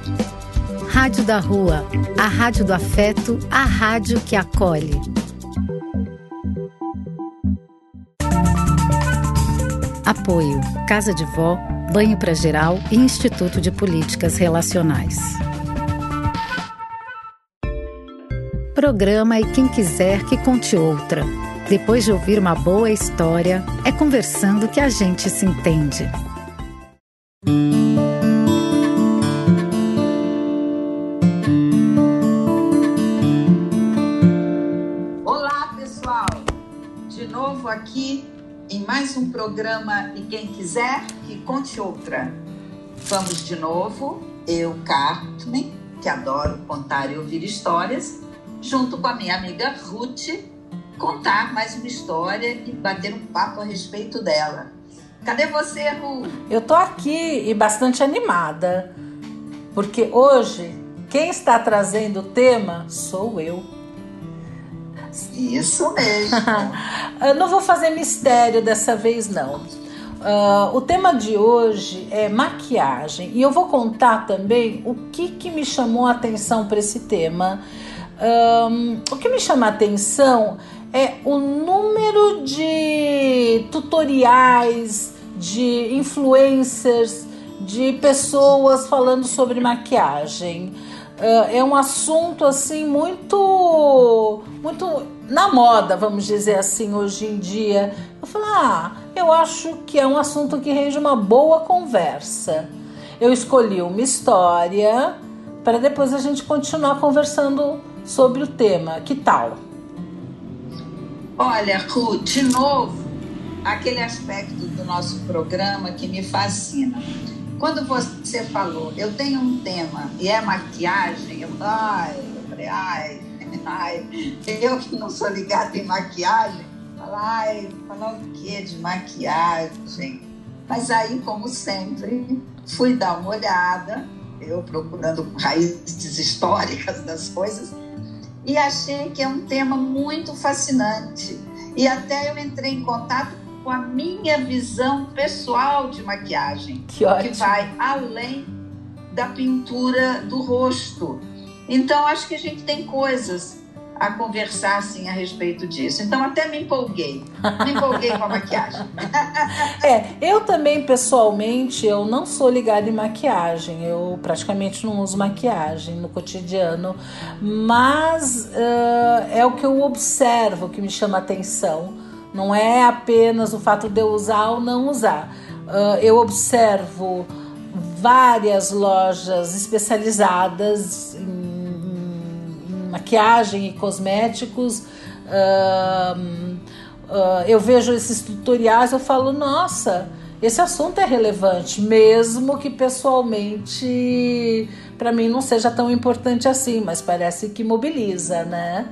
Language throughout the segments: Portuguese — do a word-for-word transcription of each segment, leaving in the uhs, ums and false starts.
Rádio da Rua, a rádio do afeto, a rádio que acolhe. Apoio: Casa de Vó, Banho pra Geral e Instituto de Políticas Relacionais. Programa E Quem Quiser Que Conte Outra. Depois de ouvir uma boa história, é conversando que a gente se entende. Olá, pessoal! De novo aqui em mais um programa E Quem Quiser Que Conte Outra. Vamos de novo, eu, Carmen, que adoro contar e ouvir histórias, junto com a minha amiga Ruth, contar mais uma história e bater um papo a respeito dela. Cadê você, Ruth? Eu tô aqui e bastante animada, porque hoje quem está trazendo o tema sou eu. Isso mesmo. Eu não vou fazer mistério dessa vez, não. Uh, o tema de hoje é maquiagem e eu vou contar também o que, que me chamou a atenção para esse tema. Um, o que me chama a atenção é o número de tutoriais, de influencers, de pessoas falando sobre maquiagem. Uh, é um assunto assim muito, muito na moda, vamos dizer assim, hoje em dia. Eu falo, ah, eu acho que é um assunto que rende uma boa conversa. Eu escolhi uma história para depois a gente continuar conversando sobre o tema. Que tal? Olha, Ruth, de novo, aquele aspecto do nosso programa que me fascina. Quando você falou, eu tenho um tema e é maquiagem, eu, ai, eu falei, ai, ai, eu que não sou ligada em maquiagem, falo, ai, falar o quê de maquiagem? Mas aí, como sempre, fui dar uma olhada, eu procurando raízes históricas das coisas, e achei que é um tema muito fascinante. E até eu entrei em contato com a minha visão pessoal de maquiagem, que, ótimo. Que vai além da pintura do rosto. Então, acho que a gente tem coisas a conversar assim, a respeito disso. Então, até me empolguei. Me empolguei com a maquiagem. É, eu também, pessoalmente, eu não sou ligada em maquiagem. Eu praticamente não uso maquiagem no cotidiano. Mas uh, é o que eu observo que me chama a atenção. Não é apenas o fato de eu usar ou não usar. Uh, eu observo várias lojas especializadas em maquiagem e cosméticos, uh, uh, eu vejo esses tutoriais, eu falo, nossa, esse assunto é relevante, mesmo que pessoalmente para mim não seja tão importante assim, mas parece que mobiliza, né?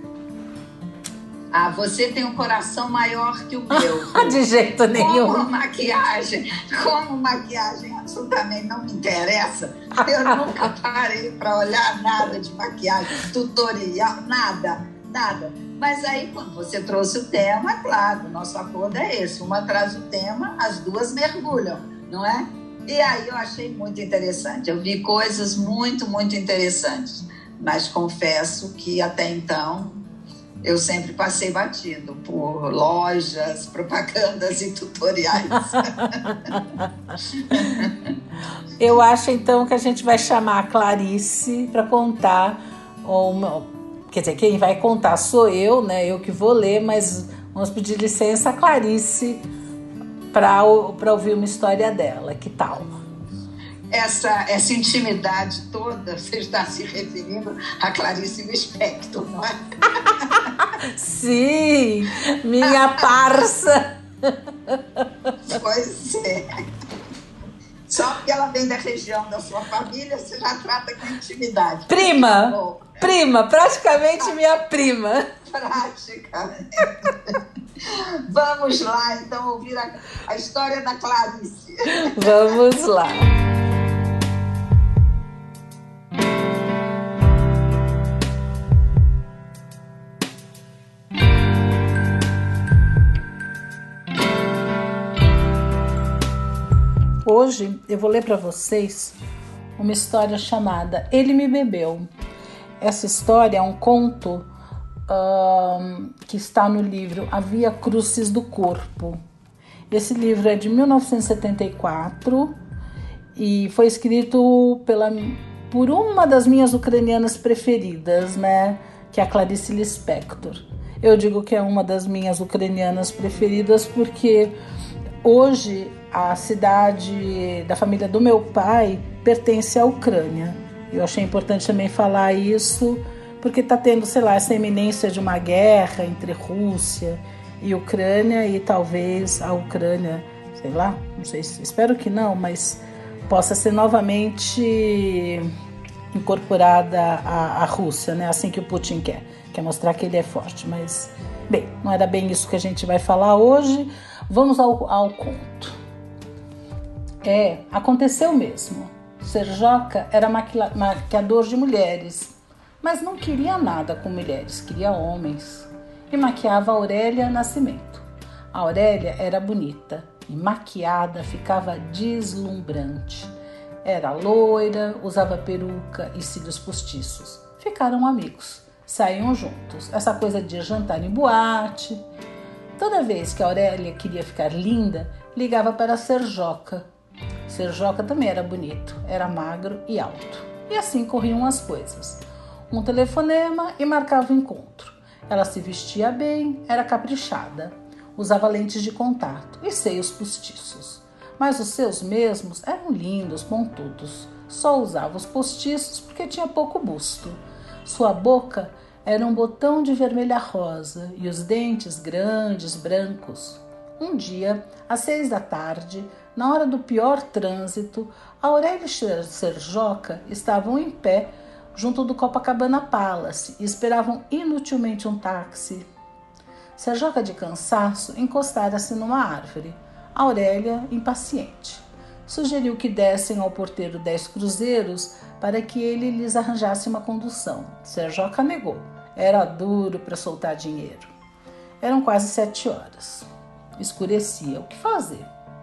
Ah, você tem um coração maior que o meu. De jeito nenhum. Como maquiagem, como maquiagem absolutamente não me interessa, eu nunca parei para olhar nada de maquiagem, tutorial, nada, nada. Mas aí, quando você trouxe o tema, claro, o nosso acordo é esse, uma traz o tema, as duas mergulham, não é? E aí eu achei muito interessante, eu vi coisas muito, muito interessantes, mas confesso que até então eu sempre passei batido por lojas, propagandas e tutoriais. Eu acho, então, que a gente vai chamar a Clarice para contar. Uma, quer dizer, quem vai contar sou eu, né? Eu que vou ler, mas vamos pedir licença a Clarice para ouvir uma história dela. Que tal? Essa, essa intimidade toda, você está se referindo a Clarice Lispector, não é? Sim, minha parça. Pois é. Só porque ela vem da região da sua família, você já trata com intimidade. Prima, Bom, prima, praticamente minha prima. Praticamente. Vamos lá, então, ouvir a, a história da Clarice. Vamos lá. Hoje eu vou ler para vocês uma história chamada Ele Me Bebeu. Essa história é um conto um, que está no livro A Via Crucis do Corpo. Esse livro é de mil novecentos e setenta e quatro e foi escrito pela, por uma das minhas ucranianas preferidas, né? Que é a Clarice Lispector. Eu digo que é uma das minhas ucranianas preferidas porque hoje a cidade da família do meu pai pertence à Ucrânia. Eu achei importante também falar isso porque está tendo, sei lá, essa iminência de uma guerra entre Rússia e Ucrânia e talvez a Ucrânia, sei lá, não sei, espero que não, mas possa ser novamente incorporada à, à Rússia, né? Assim que o Putin quer, quer mostrar que ele é forte. Mas, bem, não era bem isso que a gente vai falar hoje. Vamos ao, ao conto. É, aconteceu mesmo. Serjoca era maquila, maquiador de mulheres, mas não queria nada com mulheres, queria homens. E maquiava a Aurélia Nascimento. A Aurélia era bonita e maquiada ficava deslumbrante. Era loira, usava peruca e cílios postiços. Ficaram amigos, saíam juntos. Essa coisa de jantar em boate. Toda vez que a Aurélia queria ficar linda, ligava para Serjoca. Serjoca também era bonito, era magro e alto. E assim corriam as coisas. Um telefonema e marcava o encontro. Ela se vestia bem, era caprichada, usava lentes de contato e seios postiços. Mas os seus mesmos eram lindos, pontudos. Só usava os postiços porque tinha pouco busto. Sua boca era um botão de vermelha rosa e os dentes grandes, brancos. Um dia, às seis da tarde, na hora do pior trânsito, Aurélia e Serjoca estavam em pé junto do Copacabana Palace e esperavam inutilmente um táxi. Serjoca, de cansaço, encostara-se numa árvore. Aurélia, impaciente, sugeriu que dessem ao porteiro dez cruzeiros para que ele lhes arranjasse uma condução. Serjoca negou. Era duro para soltar dinheiro. Eram quase sete horas. Escurecia. O que fazer?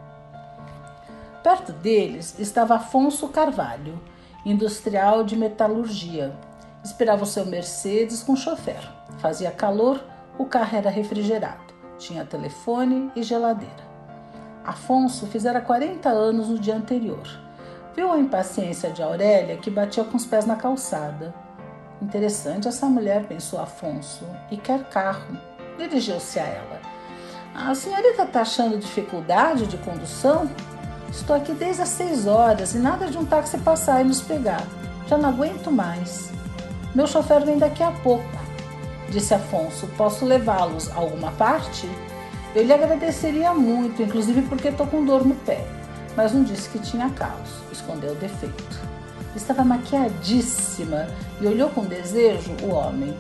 Perto deles estava Afonso Carvalho, industrial de metalurgia. Esperava o seu Mercedes com chofer. Fazia calor, o carro era refrigerado. Tinha telefone e geladeira. Afonso fizera quarenta anos no dia anterior. Viu a impaciência de Aurélia, que batia com os pés na calçada. Interessante essa mulher, pensou Afonso, e quer carro. Dirigiu-se a ela. A senhorita está achando dificuldade de condução? Estou aqui desde as seis horas e nada de um táxi passar e nos pegar. Já não aguento mais. Meu chofer vem daqui a pouco, disse Afonso. Posso levá-los a alguma parte? Eu lhe agradeceria muito, inclusive porque estou com dor no pé. Mas não disse que tinha calos, escondeu o defeito. Estava maquiadíssima e olhou com desejo o homem.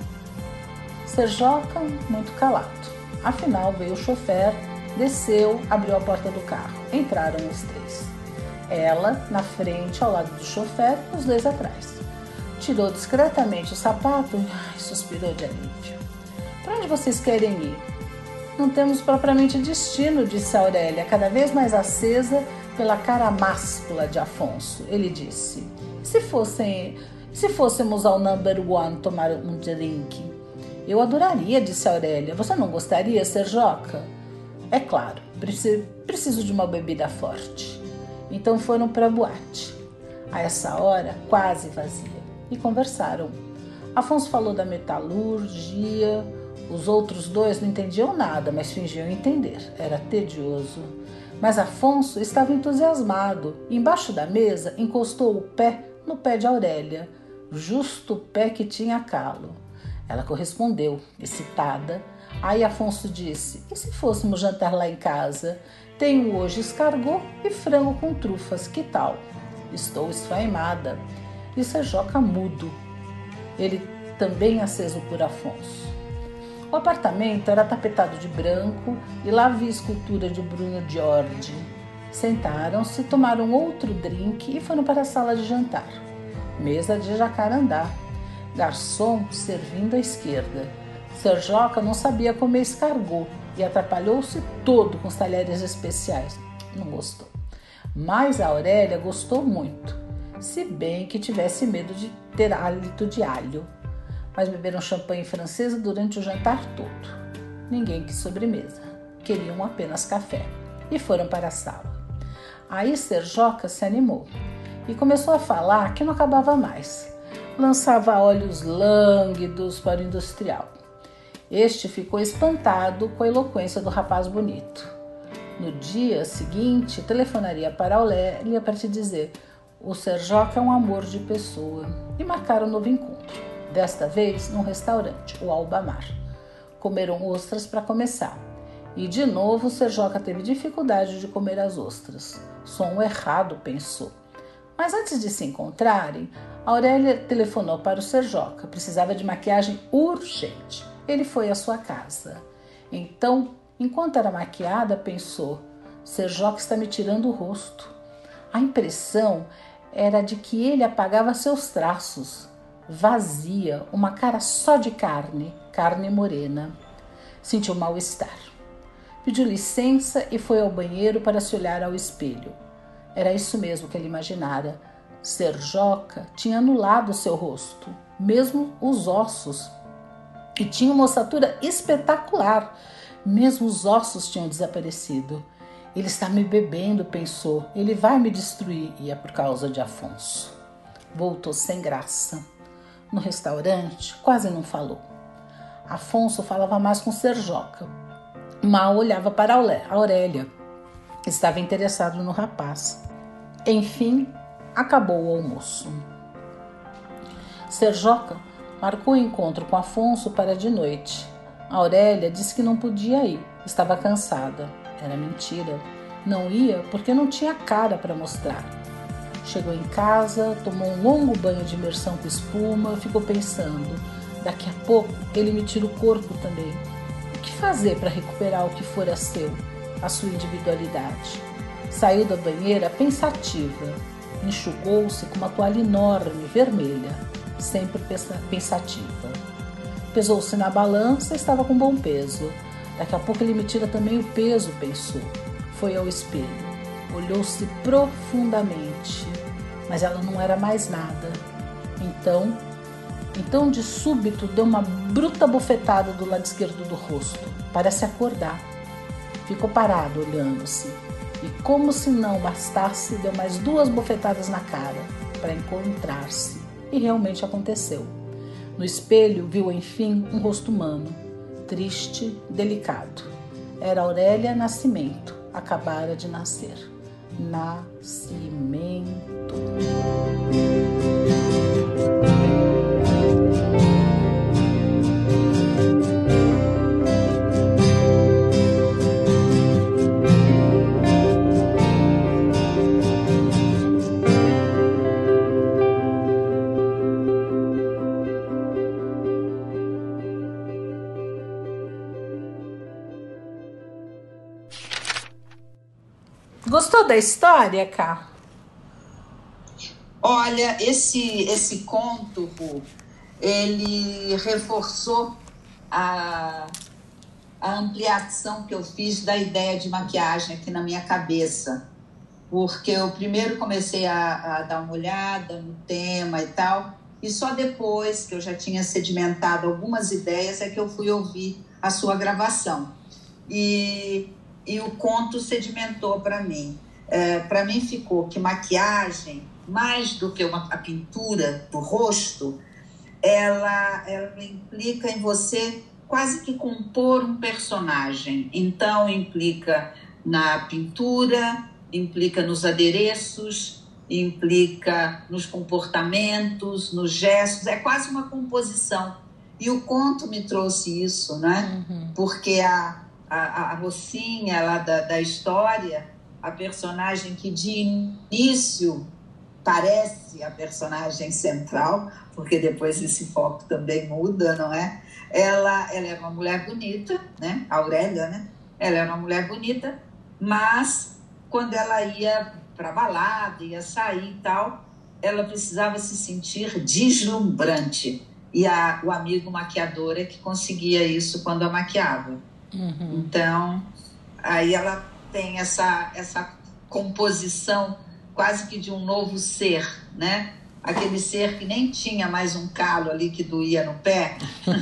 Serjoca, muito calado. Afinal, veio o chofer, desceu, abriu a porta do carro. Entraram os três. Ela, na frente, ao lado do chofer, os dois atrás. Tirou discretamente o sapato e suspirou de alívio. Para onde vocês querem ir? Não temos propriamente destino, disse Aurélia, cada vez mais acesa pela cara máscula de Afonso. Ele disse, e se, fossem, se fôssemos ao number one tomar um drink? Eu adoraria, disse Aurélia. Você não gostaria, Serjoca? É claro, preciso, preciso de uma bebida forte. Então foram para a boate. A essa hora, quase vazia, e conversaram. Afonso falou da metalurgia. Os outros dois não entendiam nada, mas fingiam entender. Era tedioso. Mas Afonso estava entusiasmado. Embaixo da mesa, encostou o pé no pé de Aurélia, justo o pé que tinha calo. Ela correspondeu, excitada. Aí Afonso disse, e se fôssemos jantar lá em casa? Tenho hoje escargot e frango com trufas, que tal? Estou esfaimada. E Serjoca mudo. Ele também aceso por Afonso. O apartamento era tapetado de branco e lá havia escultura de Bruno Giorgi. Sentaram-se, tomaram outro drink e foram para a sala de jantar. Mesa de jacarandá. Garçom servindo à esquerda. Serjoca não sabia comer escargot e atrapalhou-se todo com os talheres especiais. Não gostou. Mas a Aurélia gostou muito. se bem que tivesse medo de ter hálito de alho. Mas beberam champanhe francesa durante o jantar todo. Ninguém quis sobremesa, queriam apenas café e foram para a sala. Aí Serjoca se animou e começou a falar que não acabava mais. Lançava olhos lânguidos para o industrial. Este ficou espantado com a eloquência do rapaz bonito. No dia seguinte, telefonaria para Aurélia para te dizer: o Serjoca é um amor de pessoa, e marcaram um novo encontro. Desta vez num restaurante, o Albamar. Comeram ostras para começar. E de novo o Serjoca teve dificuldade de comer as ostras. Som errado, pensou. Mas antes de se encontrarem, Aurélia telefonou para o Serjoca. Precisava de maquiagem urgente. Ele foi à sua casa. Então, enquanto era maquiada, pensou: Serjoca está me tirando o rosto. A impressão era de que ele apagava seus traços. Vazia, uma cara só de carne, carne morena. Sentiu mal-estar. Pediu licença e foi ao banheiro para se olhar ao espelho. Era isso mesmo que ele imaginara. Serjoca tinha anulado seu rosto, mesmo os ossos. E tinha uma ossatura espetacular. Mesmo os ossos tinham desaparecido. Ele está me bebendo, pensou. Ele vai me destruir. E é por causa de Afonso. Voltou sem graça. No restaurante, quase não falou. Afonso falava mais com Serjoca. Mal olhava para Aurélia. Estava interessado no rapaz. Enfim, acabou o almoço. Serjoca marcou o encontro com Afonso para de noite. Aurélia disse que não podia ir, estava cansada. Era mentira. Não ia porque não tinha cara para mostrar. Chegou em casa, tomou um longo banho de imersão com espuma, ficou pensando: daqui a pouco ele me tira o corpo também. O que fazer para recuperar o que fora seu, a sua individualidade? Saiu da banheira pensativa, enxugou-se com uma toalha enorme, vermelha, sempre pensativa. Pesou-se na balança e estava com bom peso. Daqui a pouco ele me tira também o peso, pensou. Foi ao espelho. Olhou-se profundamente, mas ela não era mais nada. Então, então de súbito deu uma bruta bofetada do lado esquerdo do rosto. Parece acordar. Ficou parado olhando-se e, como se não bastasse, deu mais duas bofetadas na cara para encontrar-se. E realmente aconteceu. No espelho viu enfim um rosto humano, triste, delicado. Era Aurélia Nascimento, acabara de nascer. Nascimento. Gostou da história, Cá? Olha, esse, esse conto, ele reforçou a, a ampliação que eu fiz da ideia de maquiagem aqui na minha cabeça. Porque eu primeiro comecei a, a dar uma olhada no tema e tal, e só depois que eu já tinha sedimentado algumas ideias é que eu fui ouvir a sua gravação. E... E o conto sedimentou para mim. É, para mim ficou que maquiagem, mais do que uma, a pintura do rosto, ela, ela implica em você quase que compor um personagem. Então, implica na pintura, implica nos adereços, implica nos comportamentos, nos gestos. É quase uma composição. E o conto me trouxe isso, né? Uhum. Porque a... A, a mocinha lá da, da história, a personagem que de início parece a personagem central, porque depois esse foco também muda, não é? Ela, ela é uma mulher bonita, né? A Aurélia, né? Ela é uma mulher bonita, mas quando ela ia para balada, ia sair e tal, ela precisava se sentir deslumbrante. E a, o amigo maquiador é que conseguia isso quando a maquiava. Uhum. Então, aí ela tem essa, essa composição quase que de um novo ser, né? Aquele ser que nem tinha mais um calo ali que doía no pé.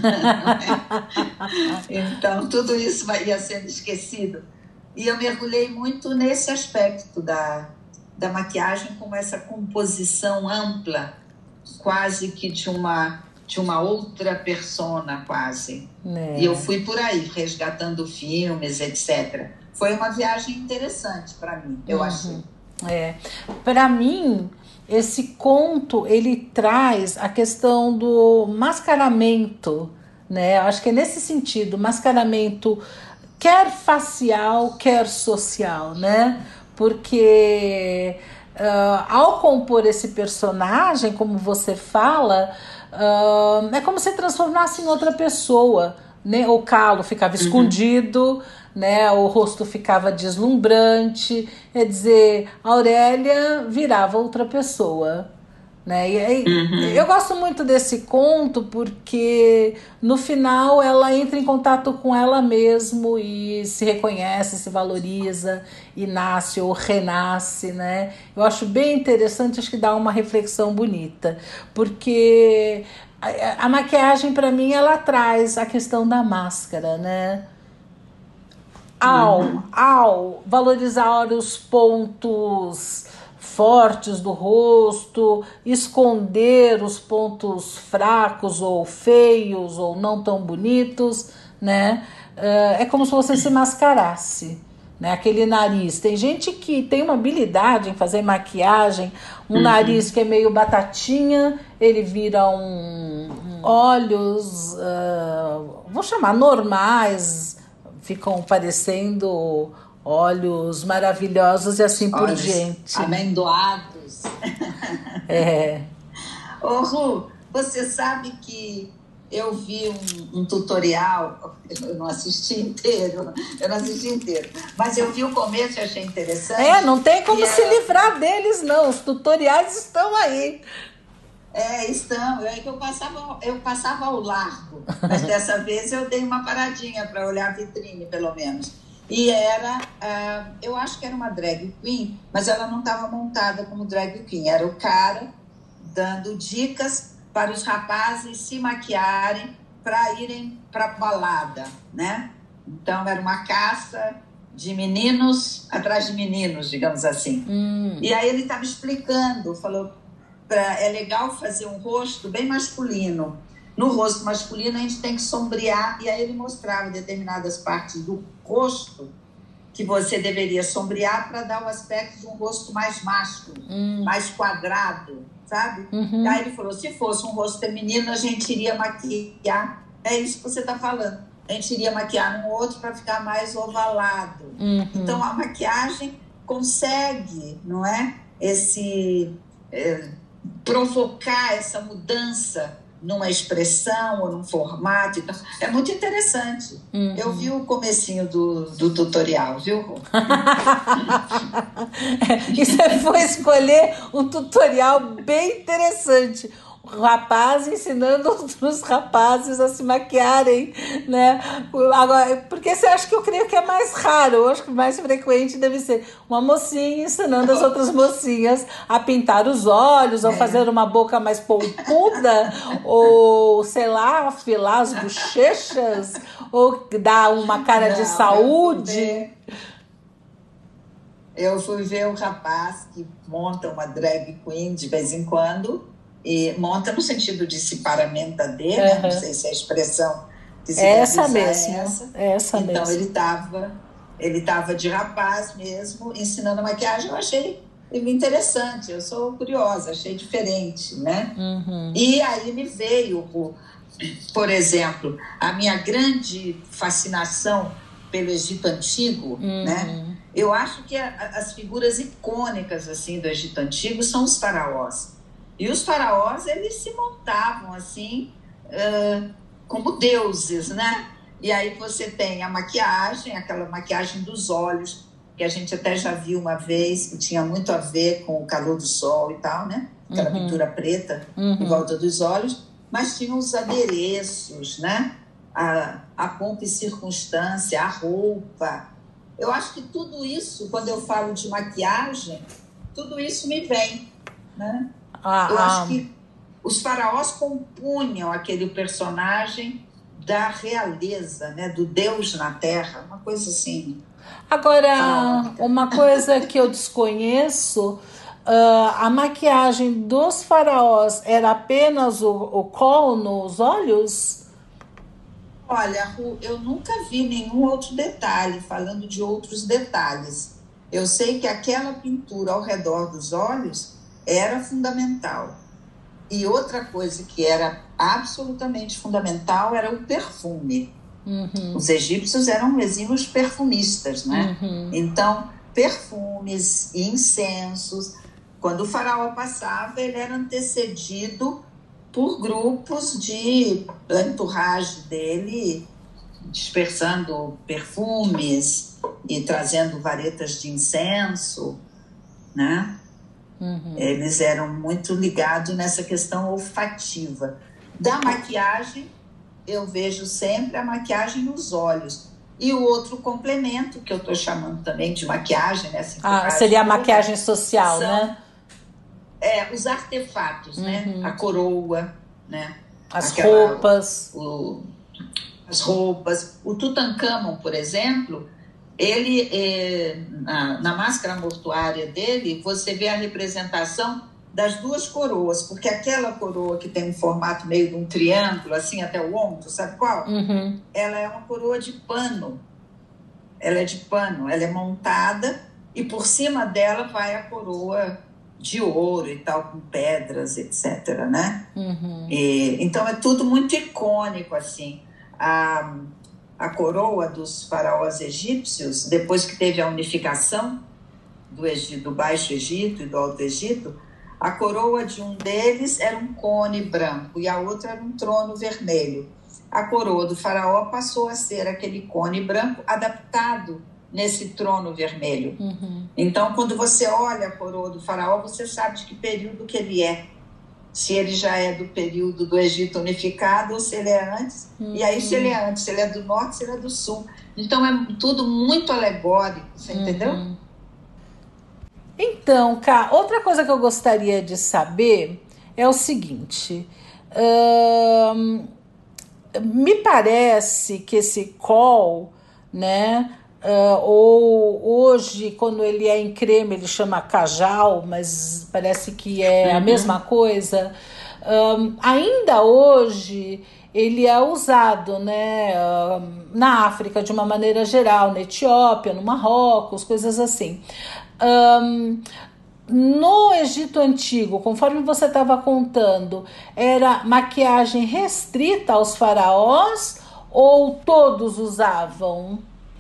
Então, tudo isso ia sendo esquecido. E eu mergulhei muito nesse aspecto da, da maquiagem, como essa composição ampla, quase que de uma, de uma outra persona, quase. É. E eu fui por aí, resgatando filmes, etcétera. Foi uma viagem interessante para mim, eu uhum. achei. É. Para mim, esse conto, ele traz a questão do mascaramento, né? Eu acho que é nesse sentido, mascaramento quer facial, quer social, né? Porque uh, ao compor esse personagem, como você fala, uh, é como se transformasse em outra pessoa, né? O calo ficava uhum. escondido, né? O rosto ficava deslumbrante, quer dizer, a Aurélia virava outra pessoa, né? E aí, uhum. eu gosto muito desse conto porque no final ela entra em contato com ela mesmo e se reconhece, se valoriza e nasce ou renasce, né? Eu acho bem interessante, acho que dá uma reflexão bonita, porque a, a maquiagem para mim ela traz a questão da máscara, né? Ao, ao valorizar os pontos fortes do rosto, esconder os pontos fracos ou feios ou não tão bonitos, né? É como se você se mascarasse, né? Aquele nariz. Tem gente que tem uma habilidade em fazer maquiagem, um uhum. nariz que é meio batatinha, ele vira um, um olhos, uh, vou chamar normais, ficam parecendo olhos maravilhosos e assim por diante. Amendoados. É. Ô, Ru, você sabe que eu vi um, um tutorial, eu não assisti inteiro, eu não assisti inteiro, mas eu vi o começo e achei interessante. É, não tem como se era... livrar deles, não. Os tutoriais estão aí. É, estão. Eu, eu, passava, eu passava ao largo, mas dessa vez eu dei uma paradinha para olhar a vitrine, pelo menos. E era, uh, eu acho que era uma drag queen, mas ela não estava montada como drag queen. Era o cara dando dicas para os rapazes se maquiarem para irem para balada, né? Então, era uma caça de meninos atrás de meninos, digamos assim. Hum. E aí ele estava explicando, falou, pra, é legal fazer um rosto bem masculino. No rosto masculino a gente tem que sombrear, e aí ele mostrava determinadas partes do rosto que você deveria sombrear para dar o aspecto de um rosto mais másculo, hum. mais quadrado, sabe? Uhum. Aí ele falou, se fosse um rosto feminino, a gente iria maquiar, é isso que você está falando, a gente iria maquiar um outro para ficar mais ovalado. Uhum. Então a maquiagem consegue, não é? Esse, é, provocar essa mudança numa expressão ou num formato. Então, é muito interessante. Uhum. Eu vi o comecinho do, do tutorial, viu? E você foi escolher um tutorial bem interessante. O rapaz ensinando outros rapazes a se maquiarem, né? Agora, porque você acha que eu creio que é mais raro, eu acho que o mais frequente deve ser uma mocinha ensinando as outras mocinhas a pintar os olhos, é. ou fazer uma boca mais polpuda, ou, sei lá, afilar as bochechas, ou dar uma cara Não, de saúde. Eu fui ver o rapaz que monta uma drag queen de vez em quando, e monta no sentido de se paramentader, uhum. né? Não sei se é a expressão que se essa mesmo, é essa. essa então mesmo. ele estava ele tava de rapaz mesmo, ensinando maquiagem. Eu achei interessante, eu sou curiosa, achei diferente, né? Uhum. E aí me veio, por exemplo, a minha grande fascinação pelo Egito Antigo, uhum. né? Eu acho que a, as figuras icônicas assim, do Egito Antigo são os faraós. E os faraós, eles se montavam assim, uh, como deuses, né? E aí você tem a maquiagem, aquela maquiagem dos olhos, que a gente até já viu uma vez, que tinha muito a ver com o calor do sol e tal, né? Aquela uhum. pintura preta uhum. em volta dos olhos. Mas tinha os adereços, né? A, a pompa e circunstância, a roupa. Eu acho que tudo isso, quando eu falo de maquiagem, tudo isso me vem, né? Ah, Eu ah. acho que os faraós compunham aquele personagem da realeza, né? Do Deus na Terra, uma coisa assim. Agora, Faraónica. uma coisa que eu desconheço, uh, a maquiagem dos faraós era apenas o, o col nos olhos? Olha, Ru, eu nunca vi nenhum outro detalhe, falando de outros detalhes. Eu sei que aquela pintura ao redor dos olhos era fundamental. E outra coisa que era absolutamente fundamental era o perfume. Uhum. Os egípcios eram exímios perfumistas, né? Uhum. Então, perfumes, incensos. Quando o faraó passava, ele era antecedido por grupos de entourage dele, dispersando perfumes e trazendo varetas de incenso, né? Uhum. Eles eram muito ligados nessa questão olfativa. Da maquiagem, eu vejo sempre a maquiagem nos olhos. E o outro complemento, que eu estou chamando também de maquiagem, né? Assim, ah, seria a maquiagem social, são, né? É, os artefatos, uhum. né? A coroa, né? As Aquela, roupas. O, as roupas. O Tutankhamon, por exemplo, ele, é, na, na máscara mortuária dele, você vê a representação das duas coroas, porque aquela coroa que tem um formato meio de um triângulo, assim até o ombro, sabe qual? Uhum. Ela é uma coroa de pano. Ela é de pano, ela é montada e por cima dela vai a coroa de ouro e tal, com pedras, etcétera, né? Uhum. E, então é tudo muito icônico, assim. A, a coroa dos faraós egípcios, depois que teve a unificação do, Egito, do Baixo Egito e do Alto Egito, a coroa de um deles era um cone branco e a outra era um trono vermelho. A coroa do faraó passou a ser aquele cone branco adaptado nesse trono vermelho. Uhum. Então, quando você olha a coroa do faraó, você sabe de que período que ele é. Se ele já é do período do Egito unificado ou se ele é antes. Uhum. E aí, se ele é antes, se ele é do norte, se ele é do sul. Então, é tudo muito alegórico, você uhum. entendeu? Então, Cá, outra coisa que eu gostaria de saber é o seguinte. Hum, me parece que esse col, né? Uh, ou hoje, quando ele é em creme, ele chama cajal, mas parece que é uhum. a mesma coisa. Um, ainda hoje ele é usado, né, uh, na África de uma maneira geral, na Etiópia, no Marrocos, coisas assim. Um, no Egito Antigo, conforme você estava contando, era maquiagem restrita aos faraós ou todos usavam?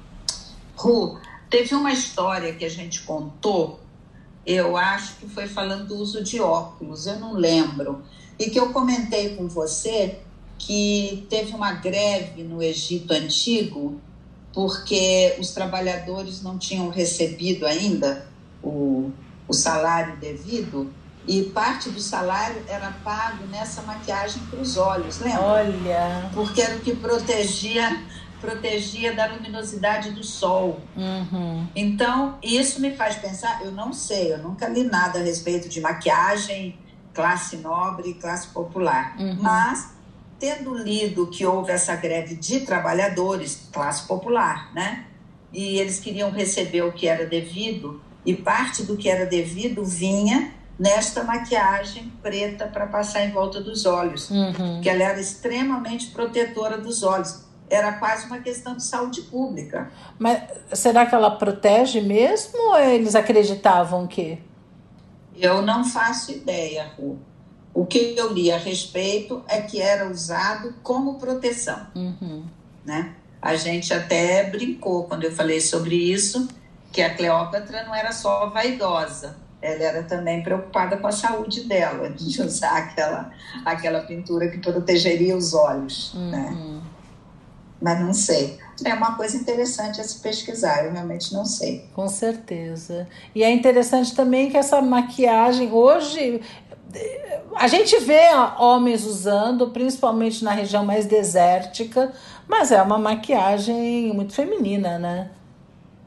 Ru, teve uma história que a gente contou, eu acho que foi falando do uso de óculos, eu não lembro, e que eu comentei com você que teve uma greve no Egito Antigo porque os trabalhadores não tinham recebido ainda o, o salário devido e parte do salário era pago nessa maquiagem para os olhos, lembra? Olha! Porque era o que protegia... protegia da luminosidade do sol. Uhum. Então, isso me faz pensar, eu não sei, eu nunca li nada a respeito de maquiagem, classe nobre e classe popular. Uhum. Mas, tendo lido que houve essa greve de trabalhadores, classe popular, né? E eles queriam receber o que era devido, e parte do que era devido vinha nesta maquiagem preta para passar em volta dos olhos, uhum. que ela era extremamente protetora dos olhos. Era quase uma questão de saúde pública. Mas será que ela protege mesmo ou eles acreditavam que? Eu não faço ideia, Ru. O que eu li a respeito é que era usado como proteção. Uhum. Né? A gente até brincou quando eu falei sobre isso, que a Cleópatra não era só vaidosa, ela era também preocupada com a saúde dela, de usar aquela, aquela pintura que protegeria os olhos. Uhum. Né? Mas não sei. É uma coisa interessante a se pesquisar, eu realmente não sei. Com certeza. E é interessante também que essa maquiagem, hoje, a gente vê homens usando, principalmente na região mais desértica, mas é uma maquiagem muito feminina, né?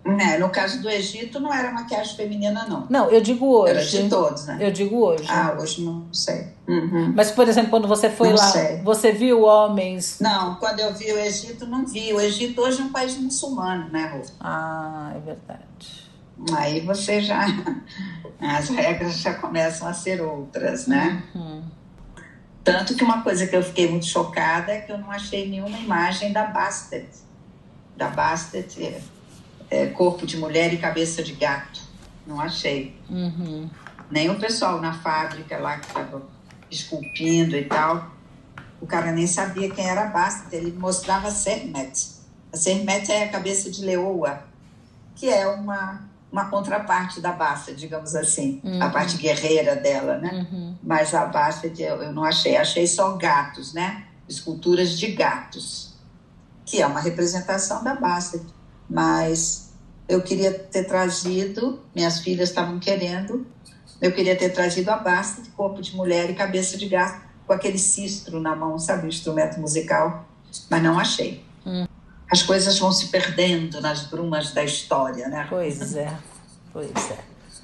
É, no caso do Egito, não era maquiagem feminina, não. Não, eu digo hoje. Era de todos, né? Eu digo hoje. Ah, hoje não sei. Uhum. Mas, por exemplo, quando você foi não lá, sei. você viu homens... Não, quando eu vi o Egito, não vi. O Egito hoje é um país muçulmano, né, Rô? Ah, é verdade. Aí você já... As regras já começam a ser outras, né? Uhum. Tanto que uma coisa que eu fiquei muito chocada é que eu não achei nenhuma imagem da Bastet. Da Bastet, é, é, corpo de mulher e cabeça de gato. Não achei. Uhum. Nem o pessoal na fábrica lá que estava esculpindo e tal. O cara nem sabia quem era a Bastet. Ele mostrava a Sermet. A Sermet é a cabeça de leoa, que é uma... uma contraparte da Bastet, digamos assim, uhum. a parte guerreira dela, né? Uhum. Mas a Bastet eu, eu não achei, achei só gatos, né? Esculturas de gatos, que é uma representação da Bastet. Mas eu queria ter trazido, minhas filhas estavam querendo, eu queria ter trazido a Bastet, corpo de mulher e cabeça de gato, com aquele cistro na mão, sabe, o instrumento musical, mas não achei. Uhum. As coisas vão se perdendo nas brumas da história, né? Pois é, pois é.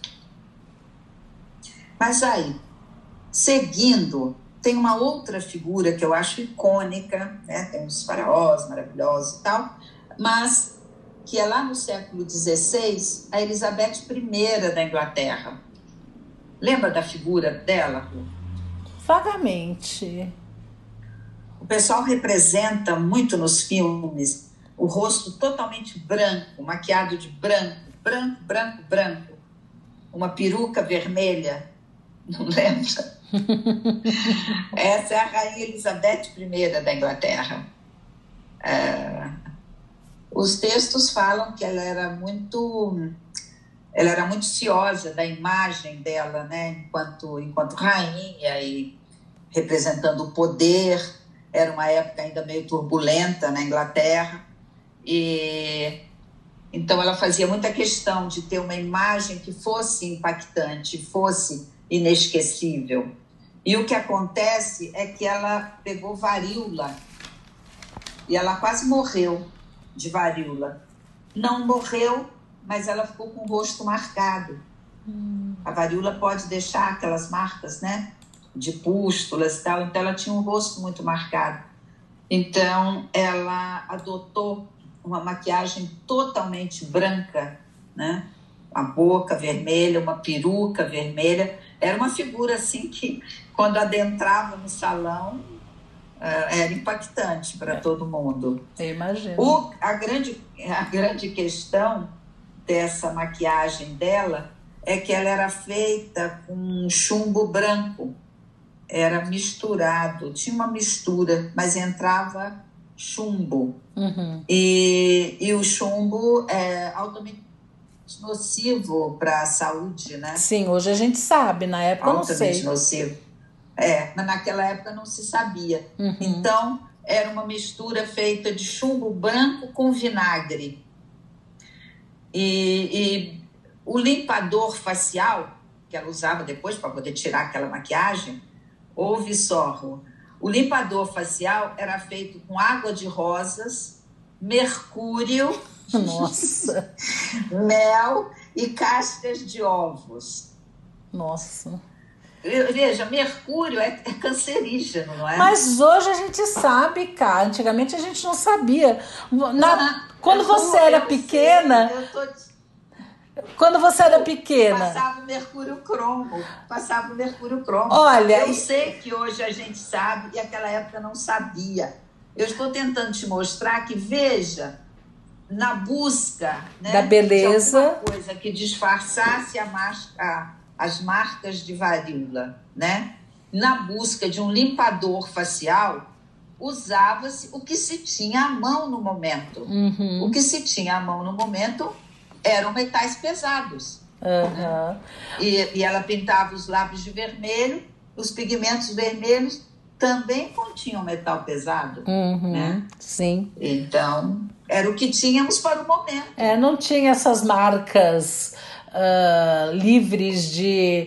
Mas aí, seguindo, tem uma outra figura que eu acho icônica, né? Tem uns faraós maravilhosos e tal, mas que é lá no século dezesseis, a Elizabeth I da Inglaterra. Lembra da figura dela? Vagamente. O pessoal representa muito nos filmes o rosto totalmente branco, maquiado de branco, branco, branco, branco. Uma peruca vermelha, não lembra? Essa é a Rainha Elizabeth I da Inglaterra. É, os textos falam que ela era muito, ela era muito ciosa da imagem dela, né? Enquanto, enquanto rainha e representando o poder. Era uma época ainda meio turbulenta na Inglaterra. E então ela fazia muita questão de ter uma imagem que fosse impactante, fosse inesquecível. E o que acontece é que ela pegou varíola e ela quase morreu de varíola. Não morreu, mas ela ficou com o rosto marcado. Hum. A varíola pode deixar aquelas marcas, né, de pústulas e tal, então ela tinha um rosto muito marcado. Então ela adotou uma maquiagem totalmente branca, né? A boca vermelha, uma peruca vermelha. Era uma figura assim que, quando adentrava no salão, era impactante para todo mundo. Eu imagino. O, a, grande, a grande questão dessa maquiagem dela é que ela era feita com chumbo branco. Era misturado, tinha uma mistura, mas entrava chumbo. Uhum. E, e o chumbo é altamente nocivo para a saúde, né? Sim, hoje a gente sabe, na época eu não sei. Altamente nocivo. É, mas naquela época não se sabia. Uhum. Então, era uma mistura feita de chumbo branco com vinagre. E, e o limpador facial, que ela usava depois para poder tirar aquela maquiagem, ouve só, o limpador facial era feito com água de rosas, mercúrio, nossa, mel e cascas de ovos. Nossa. Veja, mercúrio é, é cancerígeno, não é? Mas hoje a gente sabe, cara. Antigamente a gente não sabia. Na, ah, quando você era pequena... Sei, eu tô... Quando você era pequena... Passava o mercúrio cromo. Passava o mercúrio cromo. Olha... Eu sei que hoje a gente sabe e naquela época não sabia. Eu estou tentando te mostrar que, veja, na busca, né, da beleza, de alguma coisa que disfarçasse a máscara, as marcas de varíola, né? Na busca de um limpador facial, usava-se o que se tinha à mão no momento. Uhum. O que se tinha à mão no momento eram metais pesados. Uhum. Né? E, e ela pintava os lábios de vermelho, os pigmentos vermelhos também continham metal pesado. Uhum. Né? Sim. Então, era o que tínhamos para o momento. É, não tinha essas marcas... Uh, livres de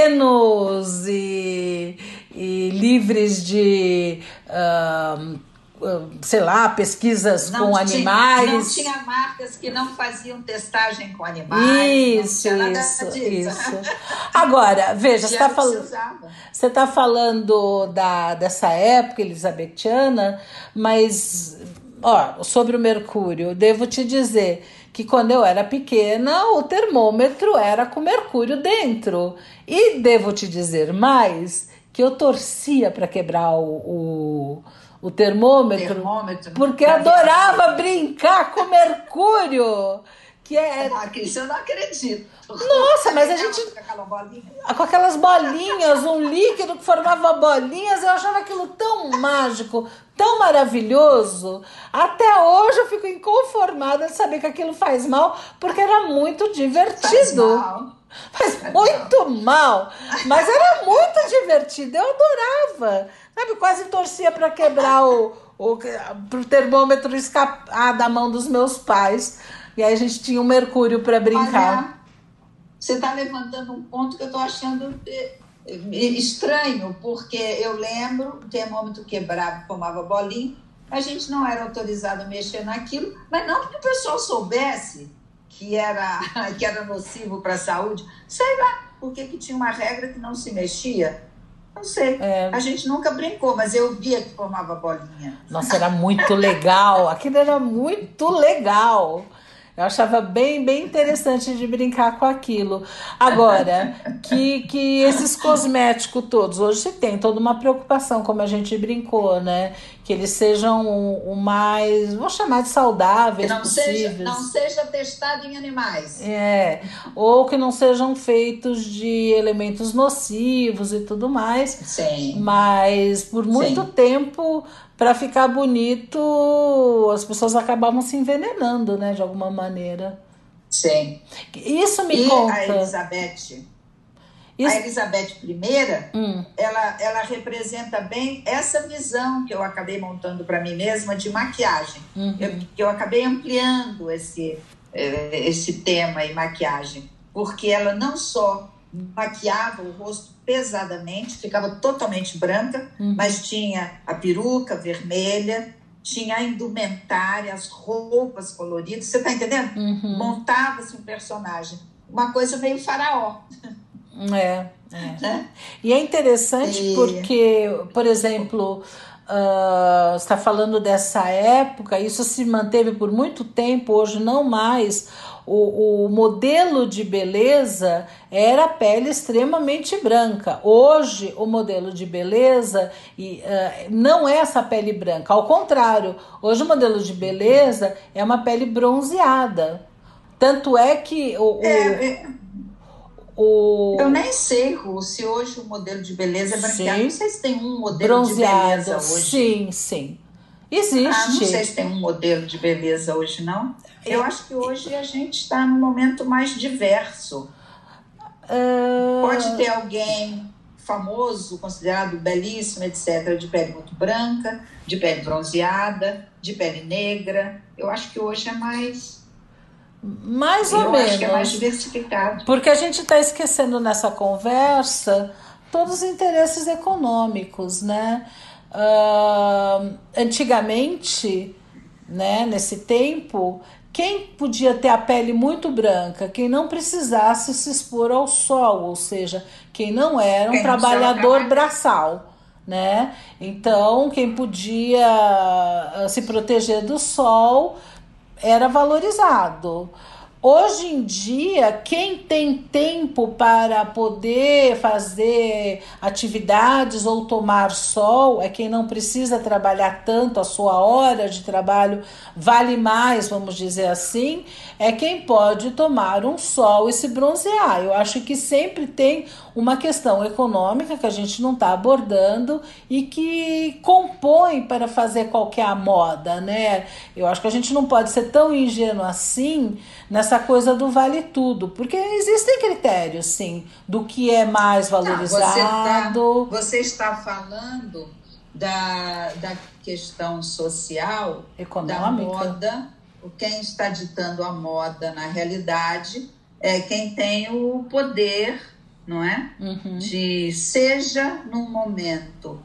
parabenos e, e livres de uh, sei lá, pesquisas não com tinha, animais. Não tinha marcas que não faziam testagem com animais. Isso, isso, isso. Agora, veja, você está falando, você está falando da, dessa época elizabetiana, mas ó, sobre o mercúrio, eu devo te dizer que quando eu era pequena, o termômetro era com mercúrio dentro. E devo te dizer mais, que eu torcia para quebrar o... o O termômetro, termômetro porque eu adorava brincar com mercúrio. Que é... Ah, isso eu não acredito. Nossa, mas a gente... Com, aquela bolinha. com aquelas bolinhas, um líquido que formava bolinhas, eu achava aquilo tão mágico, tão maravilhoso. Até hoje eu fico inconformada de saber que aquilo faz mal, porque era muito divertido. Faz mal. Faz muito mal, mas era muito divertido, eu adorava. Sabe, quase torcia para quebrar o, o pro termômetro escapar da mão dos meus pais. E aí a gente tinha um mercúrio para brincar. Olha, você está levantando um ponto que eu estou achando estranho, porque eu lembro, o termômetro quebrava, formava bolinha, a gente não era autorizado a mexer naquilo, mas não que o pessoal soubesse que era, que era nocivo para a saúde, sei lá, porque que tinha uma regra que não se mexia. Não sei, é. A gente nunca brincou, mas eu via que formava bolinha. Nossa, era muito legal, aquilo era muito legal. Eu achava bem, bem interessante de brincar com aquilo. Agora, que, que esses cosméticos todos, hoje se tem toda uma preocupação, como a gente brincou, né? Que eles sejam o mais, vou chamar de saudáveis não possíveis. Seja, não seja testado em animais. É, ou que não sejam feitos de elementos nocivos e tudo mais. Sim. Mas por muito Sim. tempo, para ficar bonito, as pessoas acabavam se envenenando, né, de alguma maneira. Sim. Isso me e conta. A Elizabeth, Isso... a Elizabeth I, hum. ela, ela representa bem essa visão que eu acabei montando para mim mesma de maquiagem. Uhum. Eu, eu acabei ampliando esse, esse tema e maquiagem, porque ela não só maquiava o rosto pesadamente, ficava totalmente branca, uhum. mas tinha a peruca vermelha, tinha a indumentária, as roupas coloridas, você está entendendo? Uhum. Montava-se um personagem, uma coisa meio faraó. É, é. Né? E é interessante e... porque, por exemplo, uh, você está falando dessa época, isso se manteve por muito tempo, hoje não mais. O, o modelo de beleza era a pele extremamente branca. Hoje, o modelo de beleza e, uh, não é essa pele branca. Ao contrário, hoje o modelo de beleza é uma pele bronzeada. Tanto é que... O, o, é, é... o... Eu nem sei, Ru, se hoje o modelo de beleza é branqueado. Sim. Não sei se tem um modelo bronzeado. de beleza hoje. Sim, sim. Existe. Ah, não sei se tem um modelo de beleza hoje, não. Eu acho que hoje a gente está num momento mais diverso. Uh... Pode ter alguém famoso, considerado belíssimo, etcétera, de pele muito branca, de pele bronzeada, de pele negra. Eu acho que hoje é mais... Mais ou eu menos. acho que é mais diversificado. Porque a gente está esquecendo nessa conversa todos os interesses econômicos, né? Uh, antigamente, né, nesse tempo, quem podia ter a pele muito branca, quem não precisasse se expor ao sol, ou seja, quem não era um quem trabalhador braçal, né? Então, quem podia se proteger do sol era valorizado. Hoje em dia, quem tem tempo para poder fazer atividades ou tomar sol é quem não precisa trabalhar tanto, a sua hora de trabalho vale mais, vamos dizer assim, é quem pode tomar um sol e se bronzear. Eu acho que sempre tem uma questão econômica que a gente não está abordando e que compõe para fazer qualquer moda, né? Eu acho que a gente não pode ser tão ingênuo assim nessa coisa do vale tudo, porque existem critérios, sim, do que é mais valorizado. Não, você, tá, você está falando da, da questão social, econômica, da moda. Quem está ditando a moda, na realidade, é quem tem o poder, não é? Uhum. De, seja num momento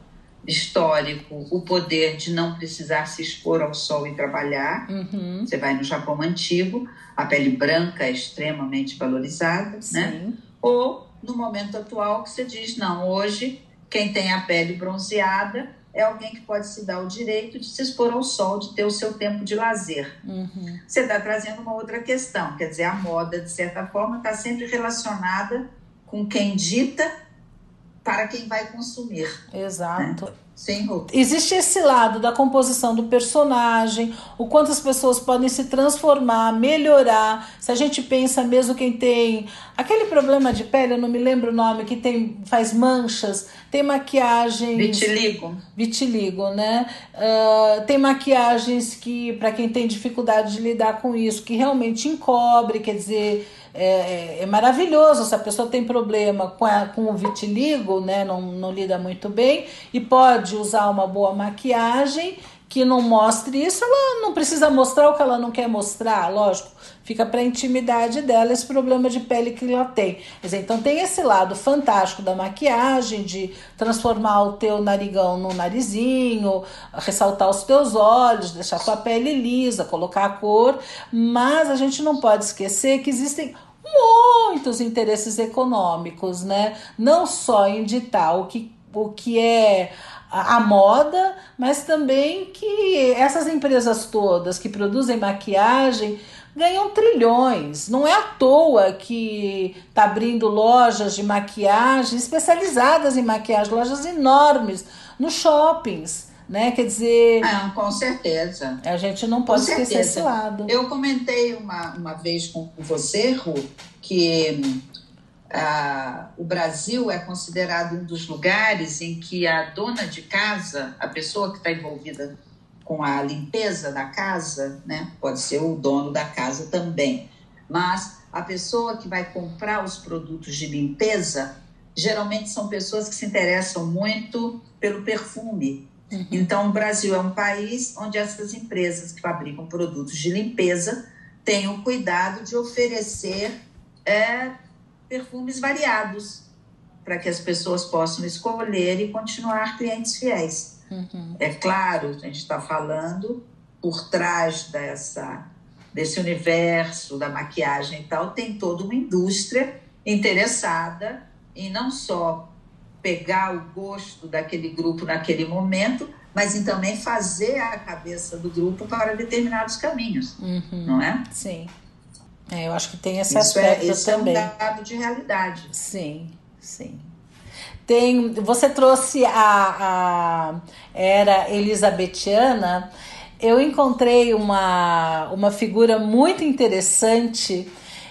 histórico o poder de não precisar se expor ao sol e trabalhar. Uhum. Você vai no Japão antigo, a pele branca é extremamente valorizada, né? Ou no momento atual que você diz, não, hoje quem tem a pele bronzeada é alguém que pode se dar o direito de se expor ao sol, de ter o seu tempo de lazer. Uhum. Você está trazendo uma outra questão, quer dizer, a moda, de certa forma, está sempre relacionada com quem dita para quem vai consumir. Exato. Né? Sim, Ruth. Existe esse lado da composição do personagem, o quanto as pessoas podem se transformar, melhorar. Se a gente pensa mesmo quem tem aquele problema de pele, eu não me lembro o nome, que tem, faz manchas, tem maquiagens... Vitiligo. Vitiligo, né? Uh, tem maquiagens que, para quem tem dificuldade de lidar com isso, que realmente encobre, quer dizer... É, é maravilhoso se a pessoa tem problema com, a, com o vitiligo, né, não, não lida muito bem e pode usar uma boa maquiagem que não mostre isso. Ela não precisa mostrar o que ela não quer mostrar, lógico, fica para a intimidade dela esse problema de pele que ela tem. Quer dizer, então tem esse lado fantástico da maquiagem, de transformar o teu narigão num narizinho, ressaltar os teus olhos, deixar a tua pele lisa, colocar a cor, mas a gente não pode esquecer que existem muitos interesses econômicos, né? Não só em ditar o que, o que é a, a moda, mas também que essas empresas todas que produzem maquiagem ganham trilhões. Não é à toa que está abrindo lojas de maquiagem especializadas em maquiagem, lojas enormes nos shoppings. Né? Quer dizer... Ah, com certeza. A gente não pode esquecer esse lado. Eu comentei uma, uma vez com você, Ru, que ah, o Brasil é considerado um dos lugares em que a dona de casa, a pessoa que está envolvida com a limpeza da casa, né? Pode ser o dono da casa também, mas a pessoa que vai comprar os produtos de limpeza, geralmente são pessoas que se interessam muito pelo perfume. Uhum. Então, o Brasil é um país onde essas empresas que fabricam produtos de limpeza têm o cuidado de oferecer é, perfumes variados para que as pessoas possam escolher e continuar clientes fiéis. Uhum. É claro, a gente está falando por trás dessa, desse universo da maquiagem e tal, tem toda uma indústria interessada em não só pegar o gosto daquele grupo naquele momento, mas em também fazer a cabeça do grupo para determinados caminhos, uhum. Não é? Sim. É, eu acho que tem esse isso aspecto é, esse também. É um dado de realidade. Sim, sim. Tem, você trouxe a, a era elisabetiana. Eu encontrei uma, uma figura muito interessante.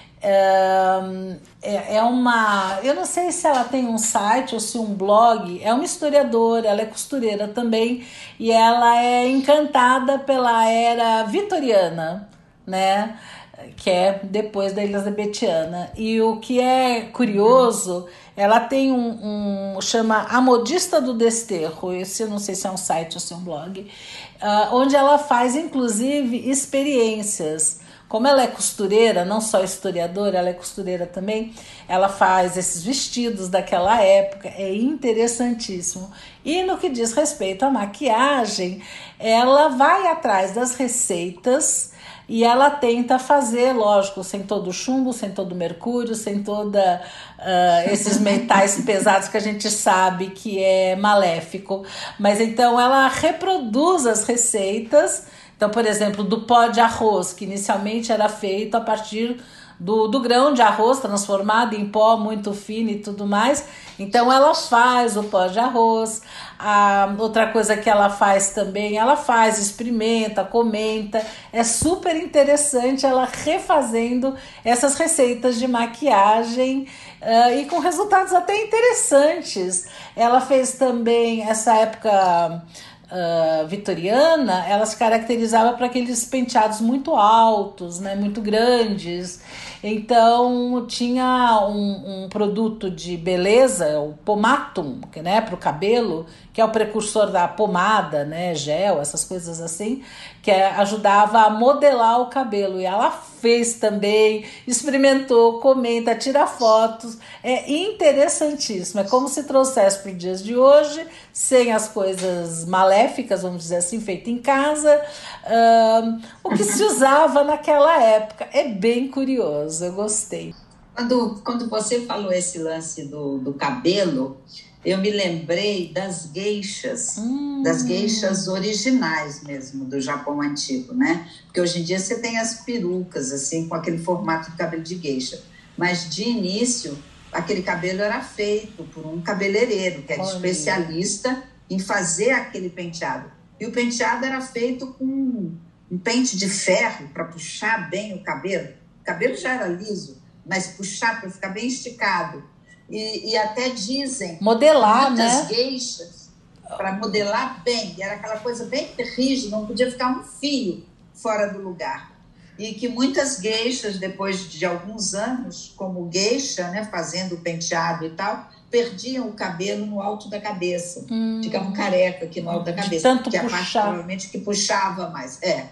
É, é uma... Eu não sei se ela tem um site ou se um blog. É uma historiadora, ela é costureira também. E ela é encantada pela era vitoriana, né? Que é depois da elisabetiana. E o que é curioso, ela tem um, um chama A Modista do Desterro, esse eu não sei se é um site ou se é um blog, uh, onde ela faz inclusive experiências. Como ela é costureira, não só historiadora, ela é costureira também, ela faz esses vestidos daquela época, é interessantíssimo. E no que diz respeito à maquiagem, ela vai atrás das receitas e ela tenta fazer, lógico, sem todo o chumbo, sem todo o mercúrio, sem toda uh, esses metais pesados que a gente sabe que é maléfico. Mas então ela reproduz as receitas. Então, por exemplo, do pó de arroz, que inicialmente era feito a partir do, do grão de arroz transformado em pó muito fino e tudo mais. Então ela faz o pó de arroz. A outra coisa que ela faz também, ela faz, experimenta, comenta. É super interessante ela refazendo essas receitas de maquiagem uh, e com resultados até interessantes. Ela fez também, essa época uh, vitoriana, ela se caracterizava por aqueles penteados muito altos, né, muito grandes. Então tinha um, um produto de beleza, o pomatum, né, para o cabelo, que é o precursor da pomada, né, gel, essas coisas assim, que é, ajudava a modelar o cabelo. E ela fez também, experimentou, comenta, tira fotos. É interessantíssimo. É como se trouxesse para os dias de hoje, sem as coisas maléficas, vamos dizer assim, feito em casa, uh, o que se usava naquela época. É bem curioso, eu gostei. Quando, quando você falou esse lance do, do cabelo, eu me lembrei das geishas, hum. das geishas originais mesmo, do Japão antigo, né? Porque hoje em dia você tem as perucas, assim, com aquele formato de cabelo de geisha. Mas, de início, aquele cabelo era feito por um cabeleireiro, que era Olha. especialista em fazer aquele penteado. E o penteado era feito com um pente de ferro para puxar bem o cabelo. O cabelo já era liso, mas puxar para ficar bem esticado. E, e até dizem... Modelar, muitas né? Geishas, para modelar bem. Era aquela coisa bem rígida, não podia ficar um fio fora do lugar. E que muitas geishas, depois de alguns anos, como geisha, né, fazendo o penteado e tal, perdiam o cabelo no alto da cabeça. Hum. Ficavam careca aqui no alto da cabeça. Tanto que puxar. é a parte, provavelmente, que puxava mais. É.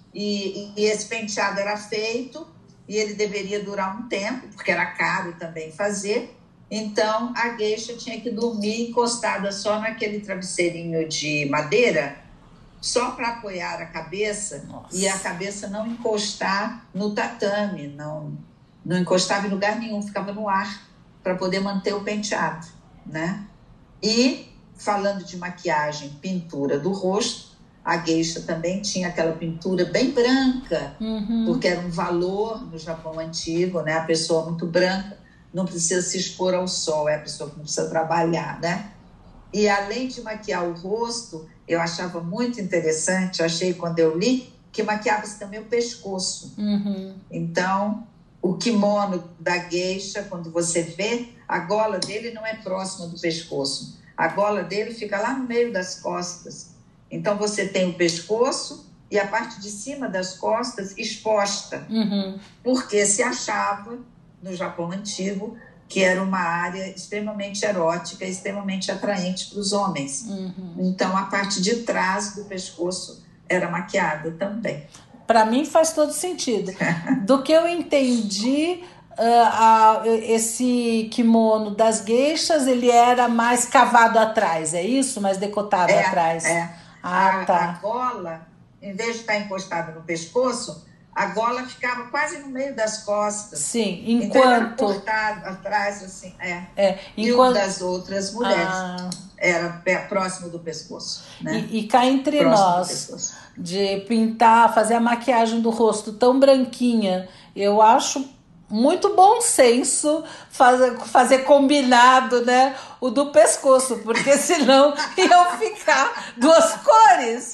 E, e esse penteado era feito... e ele deveria durar um tempo, porque era caro também fazer. Então, a geisha tinha que dormir encostada só naquele travesseirinho de madeira, só para apoiar a cabeça. Nossa. E a cabeça não encostar no tatame, não, não encostava em lugar nenhum, ficava no ar, para poder manter o penteado, né? E, falando de maquiagem, pintura do rosto, a geisha também tinha aquela pintura bem branca, uhum. porque era um valor no Japão antigo, né? A pessoa muito branca não precisa se expor ao sol, é a pessoa que não precisa trabalhar, né? E além de maquiar o rosto, eu achava muito interessante, achei quando eu li, que maquiava-se também o pescoço. Uhum. Então, o kimono da geisha, quando você vê, a gola dele não é próxima do pescoço. A gola dele fica lá no meio das costas. Então, você tem o pescoço e a parte de cima das costas exposta. Uhum. Porque se achava, no Japão antigo, que era uma área extremamente erótica, extremamente atraente para os homens. Uhum. Então, a parte de trás do pescoço era maquiada também. Para mim faz todo sentido. Do que eu entendi, uh, uh, esse kimono das geishas, ele era mais cavado atrás, é isso? Mais decotado é, atrás. É, ah, a, tá. a gola, em vez de estar encostada no pescoço, a gola ficava quase no meio das costas. Sim, enquanto... Então era cortado atrás, assim, é. é enquanto... E o das outras mulheres ah. era próximo do pescoço, né? E, e cá entre próximo nós, de pintar, fazer a maquiagem do rosto tão branquinha, eu acho muito bom senso fazer, fazer combinado, né, o do pescoço, porque senão iam ficar duas cores.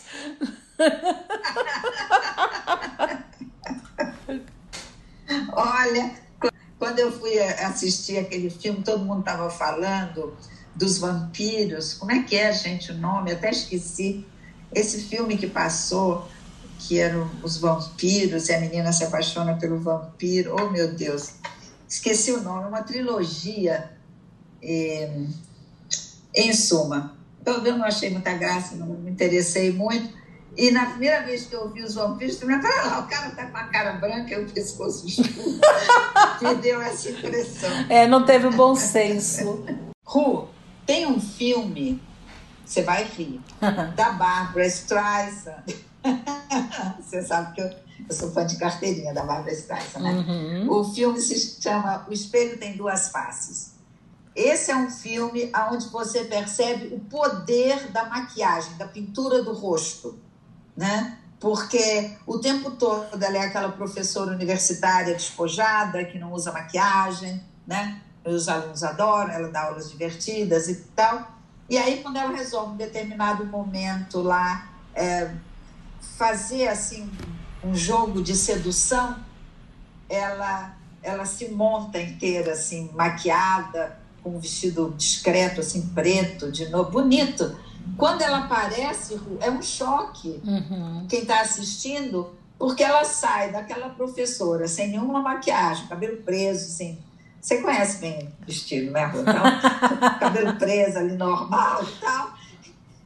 Olha, quando eu fui assistir aquele filme, todo mundo estava falando dos vampiros. Como é que é, gente, o nome? Eu até esqueci. Esse filme que passou, que eram os vampiros, e a menina se apaixona pelo vampiro. Oh, meu Deus! Esqueci o nome. É uma trilogia. E, em suma, eu não achei muita graça, não me interessei muito. E na primeira vez que eu vi os vampiros, eu falei, lá, o cara tá com a cara branca e o pescoço escuro. Me deu essa impressão. É, não teve bom senso. Ru, tem um filme, você vai rir, da Barbra Streisand. Você sabe que eu, eu sou fã de carteirinha da Barbra Streisand, né? Uhum. O filme se chama O Espelho Tem Duas Faces. Esse é um filme onde você percebe o poder da maquiagem, da pintura do rosto, né? Porque o tempo todo ela é aquela professora universitária despojada, que não usa maquiagem, né? Os alunos adoram, ela dá aulas divertidas e tal. E aí, quando ela resolve, em determinado momento lá, é, fazer assim, um jogo de sedução, ela, ela se monta inteira, assim, maquiada, com um vestido discreto, assim, preto, de novo, bonito. Quando ela aparece, é um choque. Uhum. Quem está assistindo, porque ela sai daquela professora sem nenhuma maquiagem, cabelo preso, assim. Você conhece bem o estilo, né, Rô? Então, cabelo preso ali, normal e tal.